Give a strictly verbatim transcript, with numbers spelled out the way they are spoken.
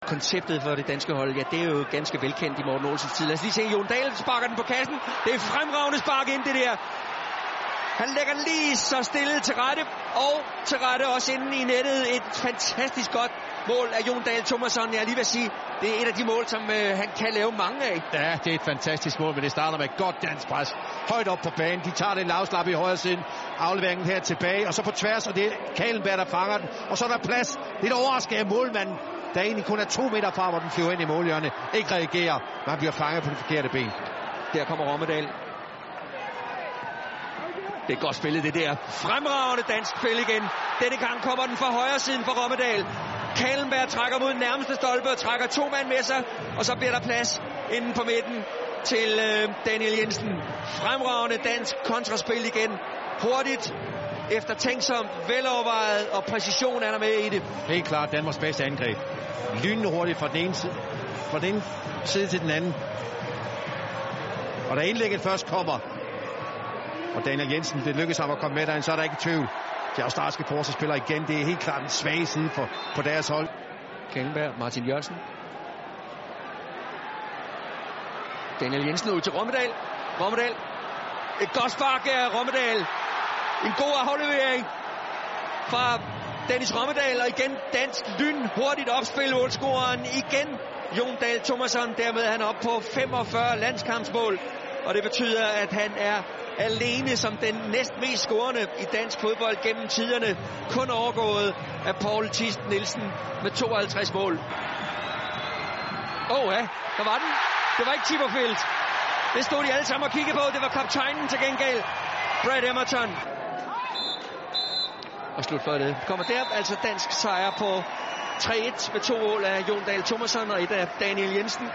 konceptet for det danske hold, ja, det er jo ganske velkendt i Morten Olsens tid. Lad os lige se, Jon Dahl sparker den på kassen. Det er fremragende spark ind, det der. Han lægger lige så stille til rette, og til rette også inde i nettet. Et fantastisk godt mål af Jon Dahl Tomasson. Jeg er lige ved at sige, det er et af de mål, som øh, han kan lave mange af. Ja, det er et fantastisk mål, men det starter med et godt dansk pres. Højt op på banen. De tager det lavslap i højre side. Afleveringen her tilbage, og så på tværs, og det er Kahlenberg, der fanger den. Og så er der plads. Lidt overrasket af målmanden, der egentlig kun er to meter fra, hvor den flyver ind i målhjørnet. Ikke reagerer, men han bliver fanget på det forkerte ben. Der kommer Rommedahl. Det er godt spillet, det der. Fremragende dansk spil igen. Denne gang kommer den fra højre siden for Rommedahl. Kahlenberg trækker mod den nærmeste stolpe og trækker to mand med sig. Og så bliver der plads inden på midten til øh, Daniel Jensen. Fremragende dansk kontraspil igen. Hurtigt, eftertænksomt, velovervejet, og præcision er der med i det. Helt klart Danmarks bedste angreb. Lynende hurtigt fra den ene side, fra den ene side til den anden. Og da indlægget først kommer, og Daniel Jensen, det lykkes ham at komme med derind, så er der ikke tvivl. De australske forsvarsspillere igen, det er helt klart en svag side for, på deres hold. Kahlenberg, Martin Jørgensen. Daniel Jensen ud til Rommedahl. Rommedahl. Et godt spark af Rommedahl. En god aflevering fra Dennis Rommedahl, og igen dansk lyn, hurtigt opspil, målscoreren igen Jon Dahl Tomasson. Dermed er han op på femogfyrre landskampsmål, og det betyder, at han er alene som den næst mest scorende i dansk fodbold gennem tiderne, kun overgået af Paul Tist Nielsen med tooghalvtreds mål. Åh ja, der var den. Det var ikke Chipperfield. Det stod de alle sammen og kiggede på. Det var kaptajnen til gengæld, Brad Emerton. Og slut for det. Kommer der altså dansk sejr på tre et med to mål af Jon Dahl Tomasson og et af Daniel Jensen.